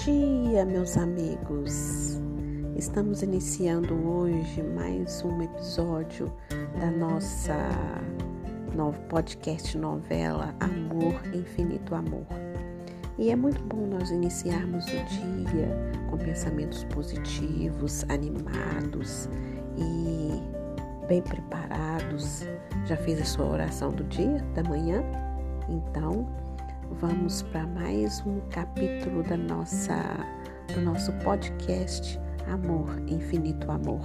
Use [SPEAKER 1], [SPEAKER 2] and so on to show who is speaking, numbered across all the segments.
[SPEAKER 1] dia, meus amigos! Estamos iniciando hoje mais um episódio da nossa podcast novela Amor, Infinito Amor. E é muito bom nós iniciarmos o dia com pensamentos positivos, animados e bem preparados. Já fez a sua oração do dia, da manhã? Então, vamos para mais um capítulo do nosso podcast Amor, Infinito Amor.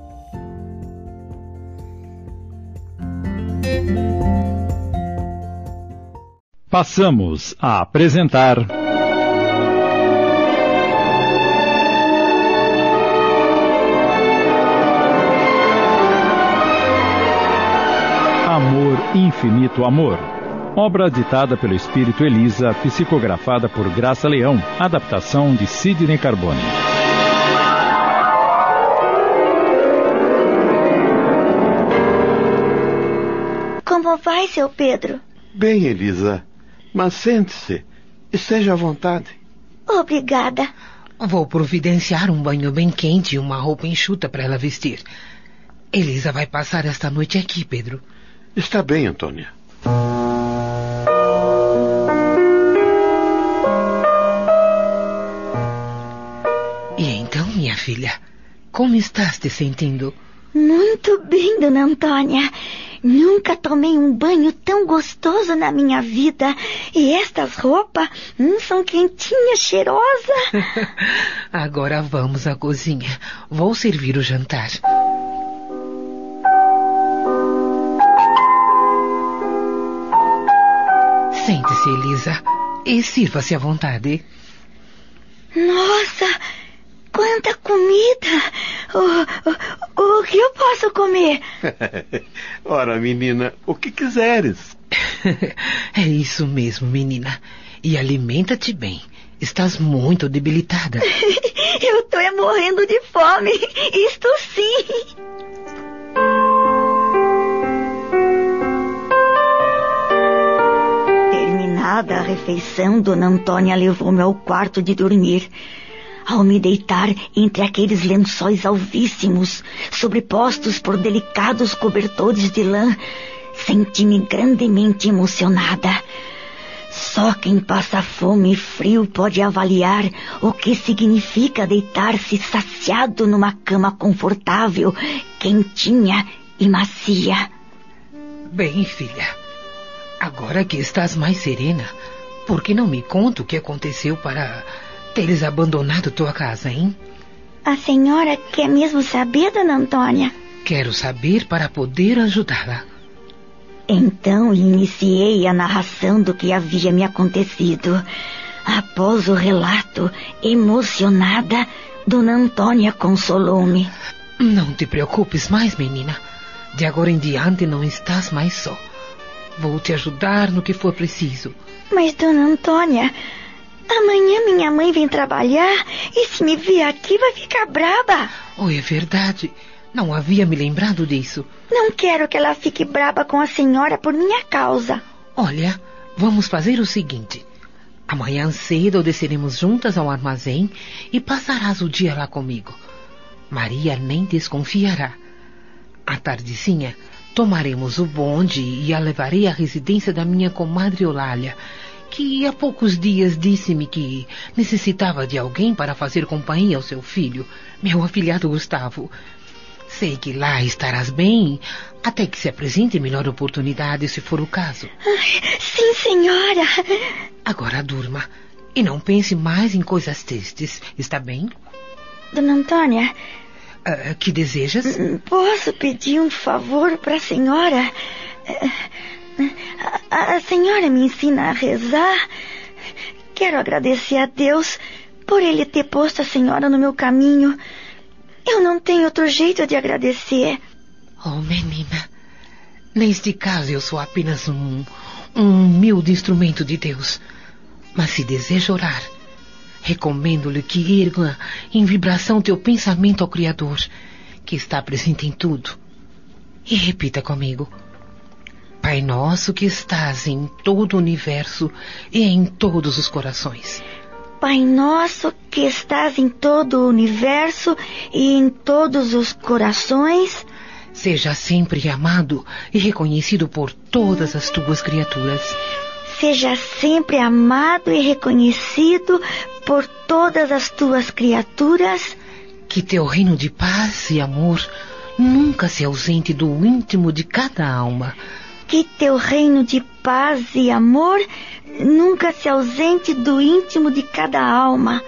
[SPEAKER 2] Passamos a apresentar Amor, Infinito Amor. Obra ditada pelo Espírito Elisa, psicografada por Graça Leão, adaptação de Sidney Carbone.
[SPEAKER 3] Como vai, seu Pedro?
[SPEAKER 4] Bem, Elisa, mas sente-se, esteja à vontade.
[SPEAKER 3] Obrigada.
[SPEAKER 5] Vou providenciar um banho bem quente e uma roupa enxuta para ela vestir. Elisa vai passar esta noite aqui, Pedro.
[SPEAKER 4] Está bem, Antônia.
[SPEAKER 5] E então, minha filha, como estás te sentindo?
[SPEAKER 3] Muito bem, dona Antônia. Nunca tomei um banho tão gostoso na minha vida. E estas roupas são quentinhas, cheirosas.
[SPEAKER 5] Agora vamos à cozinha. Vou servir o jantar. Sente-se, Elisa, e sirva-se à vontade.
[SPEAKER 3] Nossa, quanta comida! O que eu posso comer?
[SPEAKER 4] Ora, menina, o que quiseres.
[SPEAKER 5] É isso mesmo, menina. E alimenta-te bem. Estás muito debilitada.
[SPEAKER 3] Eu estou morrendo de fome. Isto sim. Terminada a refeição, dona Antônia levou-me ao quarto de dormir. Ao me deitar entre aqueles lençóis alvíssimos, sobrepostos por delicados cobertores de lã, senti-me grandemente emocionada. Só quem passa fome e frio pode avaliar o que significa deitar-se saciado numa cama confortável, quentinha e macia.
[SPEAKER 5] Bem, filha, agora que estás mais serena, por que não me conta o que aconteceu para teres abandonado tua casa, hein?
[SPEAKER 3] A senhora quer mesmo saber, dona Antônia?
[SPEAKER 5] Quero saber para poder ajudá-la.
[SPEAKER 3] Então iniciei a narração do que havia me acontecido. Após o relato, emocionada, dona Antônia consolou-me.
[SPEAKER 5] Não te preocupes mais, menina. De agora em diante não estás mais só. Vou te ajudar no que for preciso.
[SPEAKER 3] Mas, dona Antônia, amanhã minha mãe vem trabalhar e se me vir aqui vai ficar braba.
[SPEAKER 5] Oh, é verdade. Não havia me lembrado disso.
[SPEAKER 3] Não quero que ela fique braba com a senhora por minha causa.
[SPEAKER 5] Olha, vamos fazer o seguinte. Amanhã cedo desceremos juntas ao armazém e passarás o dia lá comigo. Maria nem desconfiará. À tardezinha, tomaremos o bonde e a levarei à residência da minha comadre Eulália, que há poucos dias disse-me que necessitava de alguém para fazer companhia ao seu filho, meu afilhado Gustavo. Sei que lá estarás bem, até que se apresente melhor oportunidade, se for o caso.
[SPEAKER 3] Sim, senhora.
[SPEAKER 5] Agora durma e não pense mais em coisas tristes, está bem?
[SPEAKER 3] Dona Antônia,
[SPEAKER 5] que desejas?
[SPEAKER 3] Posso pedir um favor para a senhora? A senhora me ensina a rezar. Quero agradecer a Deus por Ele ter posto a senhora no meu caminho. Eu não tenho outro jeito de agradecer.
[SPEAKER 5] Oh, menina, neste caso eu sou apenas um humilde instrumento de Deus. Mas se deseja orar, recomendo-lhe que erga em vibração teu pensamento ao Criador, que está presente em tudo. E repita comigo: Pai nosso que estás em todo o universo e em todos os corações,
[SPEAKER 3] Pai nosso que estás em todo o universo e em todos os corações,
[SPEAKER 5] seja sempre amado e reconhecido por todas as tuas criaturas.
[SPEAKER 3] Seja sempre amado e reconhecido por todas as tuas criaturas.
[SPEAKER 5] Que teu reino de paz e amor nunca se ausente do íntimo de cada alma.
[SPEAKER 3] Que teu reino de paz e amor nunca se ausente do íntimo de cada alma.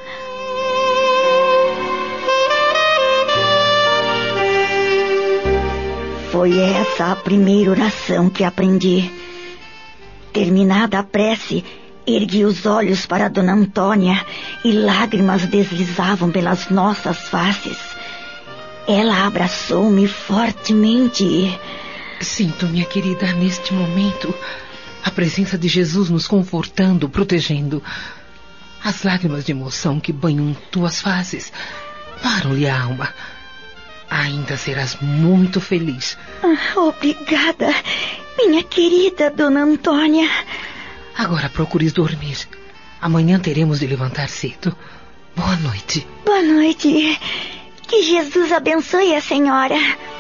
[SPEAKER 3] Foi essa a primeira oração que aprendi. Terminada a prece, ergui os olhos para Dona Antônia e lágrimas deslizavam pelas nossas faces. Ela abraçou-me fortemente e...
[SPEAKER 5] Sinto, minha querida, neste momento, a presença de Jesus nos confortando, protegendo. As lágrimas de emoção que banham tuas faces param-lhe a alma. Ainda serás muito feliz.
[SPEAKER 3] Obrigada, minha querida Dona Antônia.
[SPEAKER 5] Agora procures dormir. Amanhã teremos de levantar cedo. Boa noite.
[SPEAKER 3] Boa noite. Que Jesus abençoe a senhora.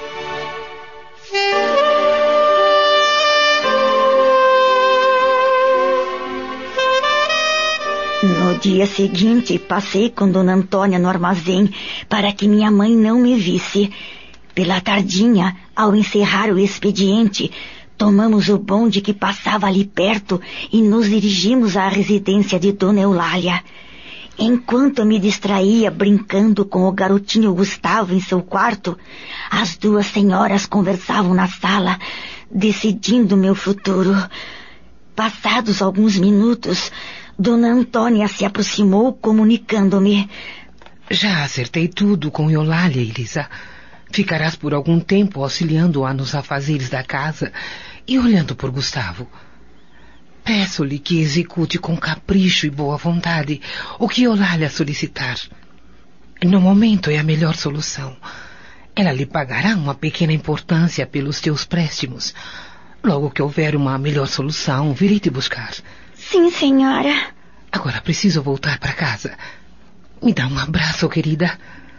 [SPEAKER 3] No dia seguinte, passei com Dona Antônia no armazém para que minha mãe não me visse. Pela tardinha, ao encerrar o expediente, tomamos o bonde que passava ali perto e nos dirigimos à residência de Dona Eulália. Enquanto eu me distraía brincando com o garotinho Gustavo em seu quarto, as duas senhoras conversavam na sala, decidindo meu futuro. Passados alguns minutos, Dona Antônia se aproximou comunicando-me.
[SPEAKER 5] Já acertei tudo com Eulália, Elisa. Ficarás por algum tempo auxiliando-a nos afazeres da casa e olhando por Gustavo. Peço-lhe que execute com capricho e boa vontade o que Eulália solicitar. No momento é a melhor solução. Ela lhe pagará uma pequena importância pelos teus préstimos. Logo que houver uma melhor solução, virei te buscar.
[SPEAKER 3] Sim, senhora.
[SPEAKER 5] Agora preciso voltar para casa. Me dá um abraço, querida.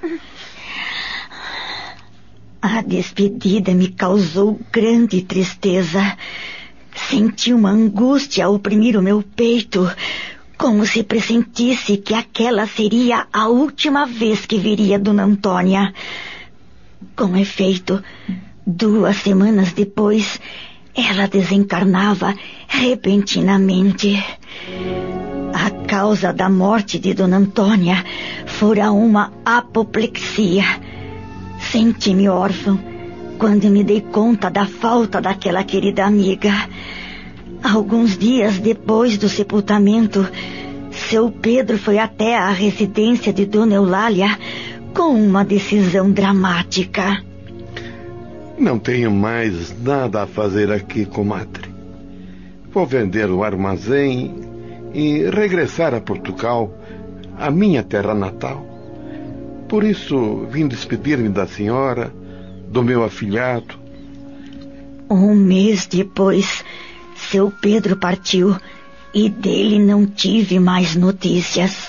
[SPEAKER 3] A despedida me causou grande tristeza. Senti uma angústia ao oprimir o meu peito, como se pressentisse que aquela seria a última vez que veria Dona Antônia. Com efeito, 2 semanas depois, ela desencarnava repentinamente. A causa da morte de Dona Antônia fora uma apoplexia. Senti-me órfão quando me dei conta da falta daquela querida amiga. Alguns dias depois do sepultamento, seu Pedro foi até a residência de Dona Eulália com uma decisão dramática.
[SPEAKER 4] Não tenho mais nada a fazer aqui, comadre. Vou vender o armazém e regressar a Portugal, a minha terra natal. Por isso, vim despedir-me da senhora, do meu afilhado.
[SPEAKER 3] 1 mês depois, seu Pedro partiu e dele não tive mais notícias.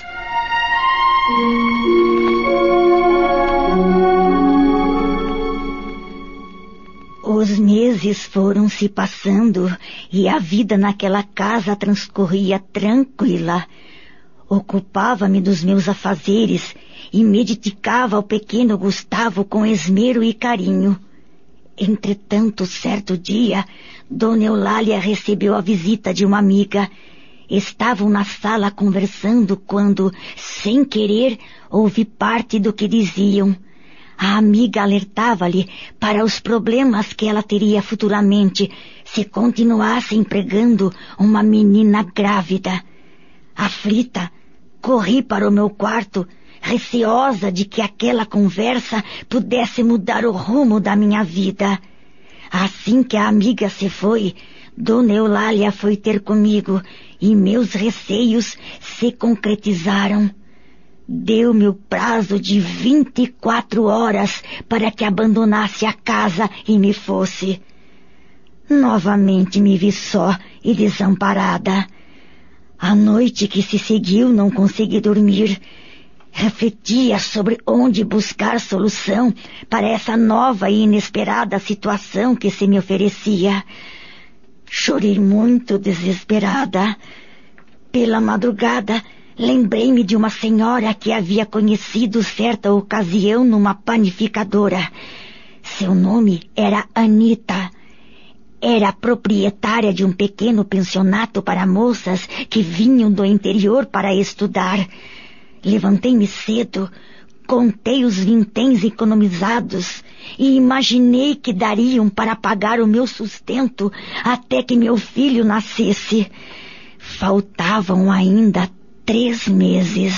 [SPEAKER 3] Os meses foram se passando e a vida naquela casa transcorria tranquila. Ocupava-me dos meus afazeres e me dedicava ao pequeno Gustavo com esmero e carinho. Entretanto, certo dia, Dona Eulália recebeu a visita de uma amiga. Estavam na sala conversando quando, sem querer, ouvi parte do que diziam. A amiga alertava-lhe para os problemas que ela teria futuramente se continuasse empregando uma menina grávida. Aflita, corri para o meu quarto, receosa de que aquela conversa pudesse mudar o rumo da minha vida. Assim que a amiga se foi, Dona Eulália foi ter comigo e meus receios se concretizaram. Deu-me o prazo de 24 horas para que abandonasse a casa e me fosse. Novamente me vi só e desamparada. A noite que se seguiu não consegui dormir. Refletia sobre onde buscar solução para essa nova e inesperada situação que se me oferecia. Chorei muito desesperada. Pela madrugada, lembrei-me de uma senhora que havia conhecido certa ocasião numa panificadora. Seu nome era Anita. Era proprietária de um pequeno pensionato para moças que vinham do interior para estudar. Levantei-me cedo, contei os vinténs economizados e imaginei que dariam para pagar o meu sustento até que meu filho nascesse. Faltavam ainda 3 meses.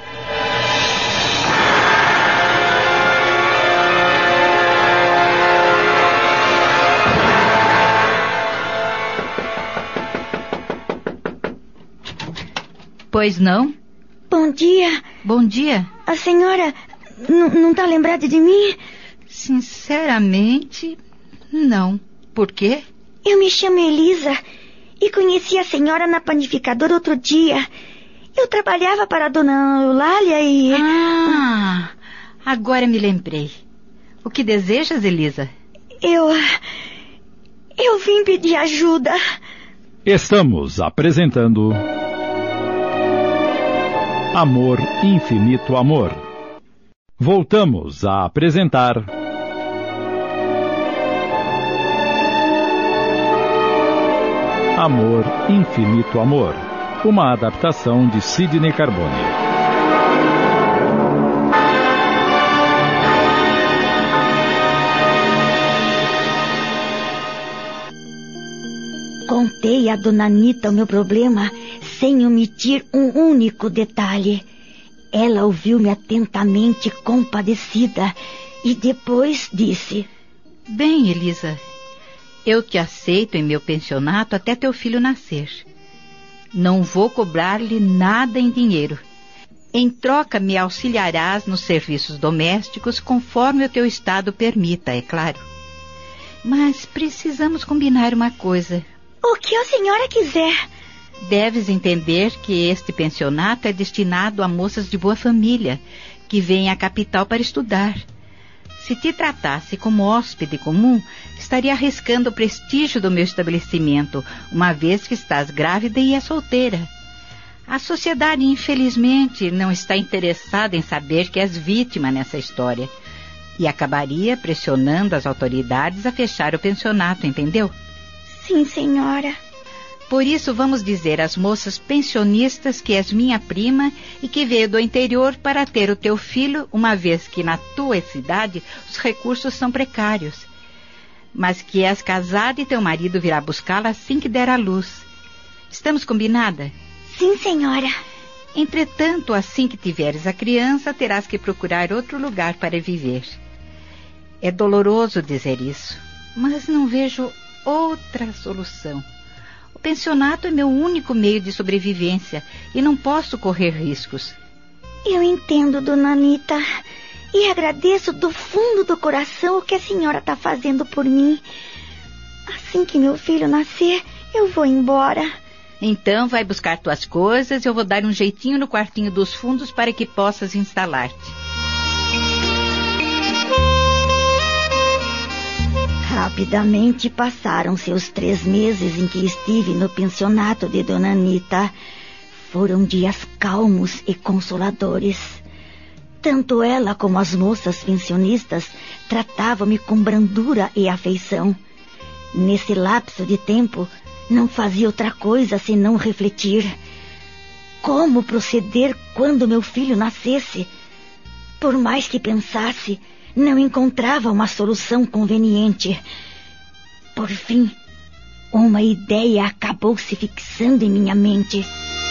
[SPEAKER 6] Pois não?
[SPEAKER 3] Bom dia.
[SPEAKER 6] Bom dia.
[SPEAKER 3] A senhora não está lembrada de mim?
[SPEAKER 6] Sinceramente, não. Por quê?
[SPEAKER 3] Eu me chamo Elisa e conheci a senhora na panificadora outro dia. Eu trabalhava para a dona Eulália e...
[SPEAKER 6] Ah, agora me lembrei. O que desejas, Elisa?
[SPEAKER 3] Eu vim pedir ajuda.
[SPEAKER 2] Estamos apresentando... Amor, Infinito Amor. Voltamos a apresentar... Amor, Infinito Amor. Uma adaptação de Sidney Carbone.
[SPEAKER 3] Contei a dona Anita o meu problema sem omitir um único detalhe. Ela ouviu-me atentamente, compadecida, e depois disse:
[SPEAKER 6] Bem, Elisa, eu te aceito em meu pensionato até teu filho nascer. Não vou cobrar-lhe nada em dinheiro. Em troca, me auxiliarás nos serviços domésticos conforme o teu estado permita, é claro. Mas precisamos combinar uma coisa.
[SPEAKER 3] O que a senhora quiser.
[SPEAKER 6] Deves entender que este pensionato é destinado a moças de boa família, que vêm à capital para estudar. Se te tratasse como hóspede comum, estaria arriscando o prestígio do meu estabelecimento, uma vez que estás grávida e é solteira. A sociedade, infelizmente, não está interessada em saber que és vítima nessa história, e acabaria pressionando as autoridades a fechar o pensionato, entendeu?
[SPEAKER 3] Sim, senhora.
[SPEAKER 6] Por isso vamos dizer às moças pensionistas que és minha prima e que veio do interior para ter o teu filho, uma vez que na tua cidade os recursos são precários. Mas que és casada e teu marido virá buscá-la assim que der à luz. Estamos combinada?
[SPEAKER 3] Sim, senhora.
[SPEAKER 6] Entretanto, assim que tiveres a criança, terás que procurar outro lugar para viver. É doloroso dizer isso, mas não vejo outra solução. O pensionato é meu único meio de sobrevivência e não posso correr riscos.
[SPEAKER 3] Eu entendo, dona Anita, e agradeço do fundo do coração o que a senhora está fazendo por mim. Assim que meu filho nascer, eu vou embora.
[SPEAKER 6] Então vai buscar tuas coisas e eu vou dar um jeitinho no quartinho dos fundos para que possas instalar-te.
[SPEAKER 3] Rapidamente passaram-se os 3 meses em que estive no pensionato de dona Anita. Foram dias calmos e consoladores. Tanto ela como as moças pensionistas tratavam-me com brandura e afeição. Nesse lapso de tempo, não fazia outra coisa senão refletir. Como proceder quando meu filho nascesse? Por mais que pensasse, não encontrava uma solução conveniente. Por fim, uma ideia acabou se fixando em minha mente.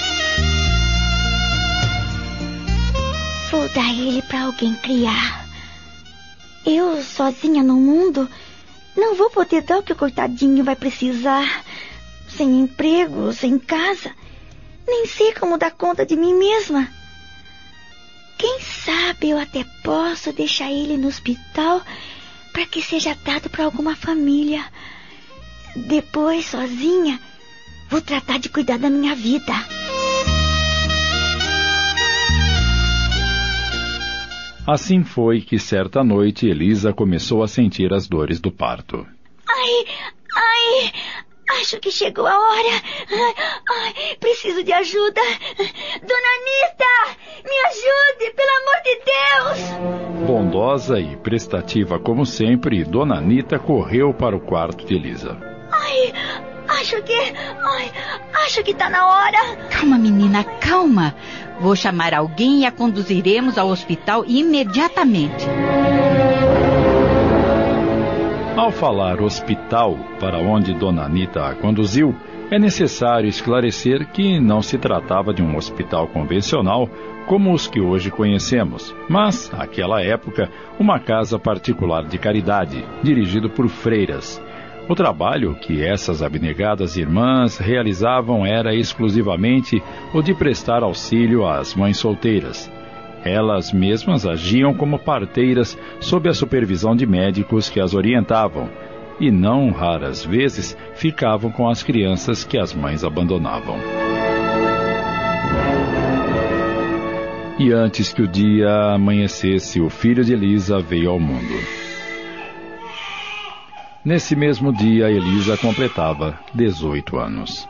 [SPEAKER 3] Vou dar ele para alguém criar. Eu, sozinha no mundo, não vou poder dar o que o coitadinho vai precisar. Sem emprego, sem casa, nem sei como dar conta de mim mesma. Quem sabe eu até posso deixar ele no hospital para que seja dado para alguma família. Depois, sozinha, vou tratar de cuidar da minha vida.
[SPEAKER 2] Assim foi que certa noite Elisa começou a sentir as dores do parto.
[SPEAKER 3] Ai, acho que chegou a hora. Ai, preciso de ajuda. Dona Anita, me ajude, pelo amor de Deus.
[SPEAKER 2] Bondosa e prestativa como sempre, Dona Anita correu para o quarto de Elisa.
[SPEAKER 3] Acho que tá na hora.
[SPEAKER 6] Calma, menina, calma. Vou chamar alguém e a conduziremos ao hospital imediatamente.
[SPEAKER 2] Ao falar hospital, para onde Dona Anita a conduziu, é necessário esclarecer que não se tratava de um hospital convencional como os que hoje conhecemos, mas, naquela época, uma casa particular de caridade, dirigido por freiras. O trabalho que essas abnegadas irmãs realizavam era exclusivamente o de prestar auxílio às mães solteiras. Elas mesmas agiam como parteiras sob a supervisão de médicos que as orientavam, e não raras vezes ficavam com as crianças que as mães abandonavam. E antes que o dia amanhecesse, o filho de Elisa veio ao mundo. Nesse mesmo dia, Elisa completava 18 anos.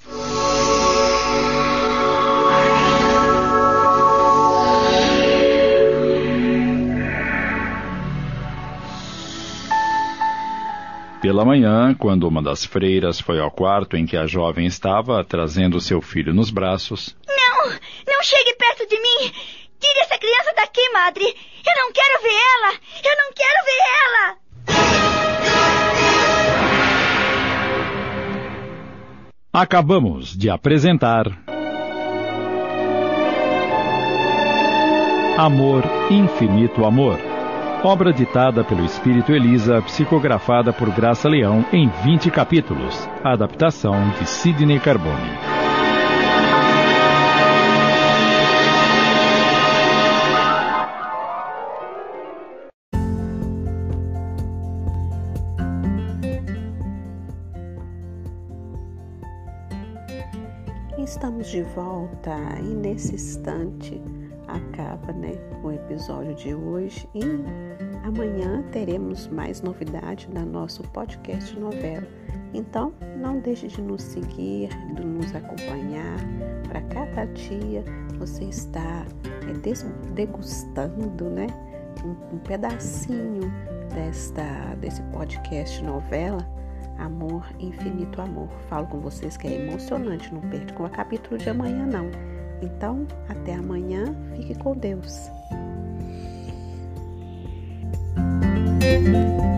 [SPEAKER 2] Pela manhã, quando uma das freiras foi ao quarto em que a jovem estava, trazendo seu filho nos braços...
[SPEAKER 3] Não chegue perto de mim! Tire essa criança daqui, madre! Eu não quero ver ela! Eu não quero ver ela!
[SPEAKER 2] Acabamos de apresentar Amor, Infinito Amor, obra ditada pelo Espírito Elisa, psicografada por Graça Leão em 20 capítulos, adaptação de Sidney Carbone.
[SPEAKER 1] Estamos de volta e nesse instante acaba, o episódio de hoje e amanhã teremos mais novidade no nosso podcast novela. Então, não deixe de nos seguir, de nos acompanhar. Para cada dia você está degustando, um pedacinho desse podcast novela. Amor, Infinito Amor. Falo com vocês que é emocionante, não perca o capítulo de amanhã não. Então, até amanhã, fique com Deus.